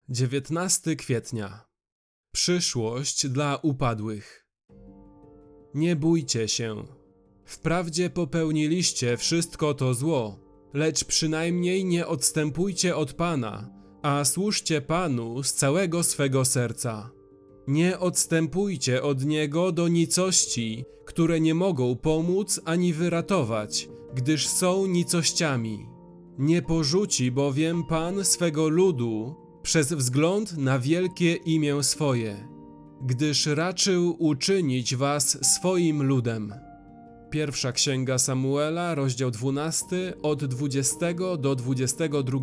19 kwietnia. Przyszłość dla upadłych. Nie bójcie się. Wprawdzie popełniliście wszystko to zło, lecz przynajmniej nie odstępujcie od Pana, a służcie Panu z całego swego serca. Nie odstępujcie od Niego do nicości, które nie mogą pomóc ani wyratować, gdyż są nicościami. Nie porzuci bowiem Pan swego ludu przez wzgląd na wielkie imię swoje, gdyż raczył uczynić was swoim ludem. Pierwsza Księga Samuela, rozdział 12, od 20 do 22.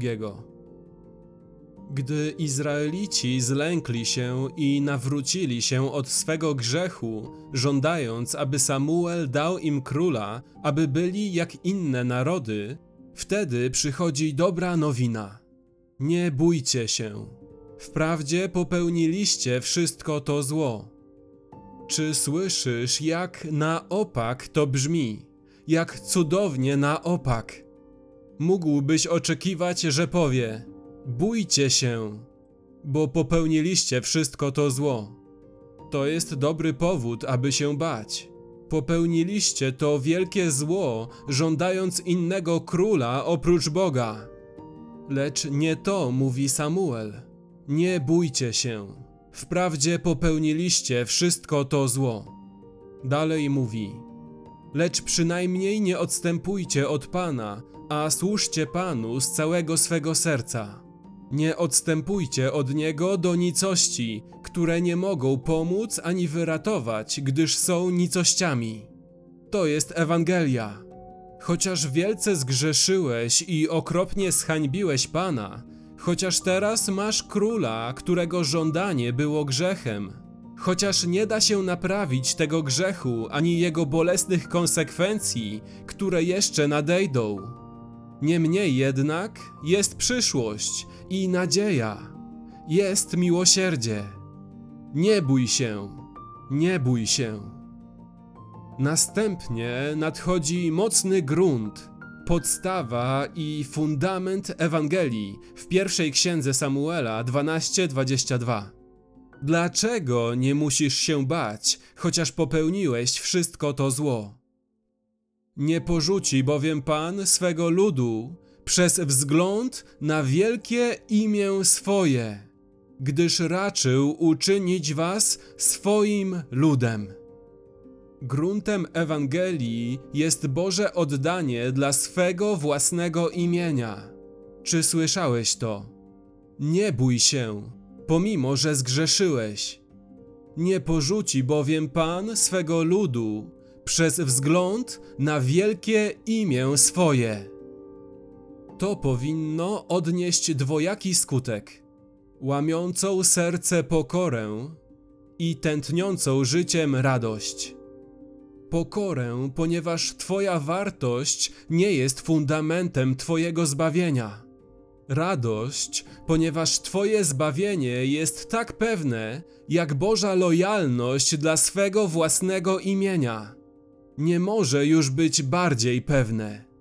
Gdy Izraelici zlękli się i nawrócili się od swego grzechu, żądając, aby Samuel dał im króla, aby byli jak inne narody, wtedy przychodzi dobra nowina. Nie bójcie się. Wprawdzie popełniliście wszystko to zło. Czy słyszysz, jak na opak to brzmi? Jak cudownie na opak. Mógłbyś oczekiwać, że powie: bójcie się, bo popełniliście wszystko to zło. To jest dobry powód, aby się bać. Popełniliście to wielkie zło, żądając innego króla oprócz Boga. Lecz nie to mówi Samuel. Nie bójcie się. Wprawdzie popełniliście wszystko to zło. Dalej mówi: lecz przynajmniej nie odstępujcie od Pana, a służcie Panu z całego swego serca. Nie odstępujcie od Niego do nicości, które nie mogą pomóc ani wyratować, gdyż są nicościami. To jest Ewangelia. Chociaż wielce zgrzeszyłeś i okropnie zhańbiłeś Pana, chociaż teraz masz króla, którego żądanie było grzechem, chociaż nie da się naprawić tego grzechu ani jego bolesnych konsekwencji, które jeszcze nadejdą. Niemniej jednak jest przyszłość i nadzieja, jest miłosierdzie. Nie bój się, nie bój się. Następnie nadchodzi mocny grunt, podstawa i fundament Ewangelii w pierwszej księdze Samuela 12:22. Dlaczego nie musisz się bać, chociaż popełniłeś wszystko to zło? Nie porzuci bowiem Pan swego ludu przez wzgląd na wielkie imię swoje, gdyż raczył uczynić was swoim ludem. Gruntem Ewangelii jest Boże oddanie dla swego własnego imienia. Czy słyszałeś to? Nie bój się, pomimo że zgrzeszyłeś. Nie porzuci bowiem Pan swego ludu przez wzgląd na wielkie imię swoje. To powinno odnieść dwojaki skutek: łamiącą serce pokorę i tętniącą życiem radość. Pokorę, ponieważ Twoja wartość nie jest fundamentem Twojego zbawienia. Radość, ponieważ Twoje zbawienie jest tak pewne, jak Boża lojalność dla swego własnego imienia. Nie może już być bardziej pewne.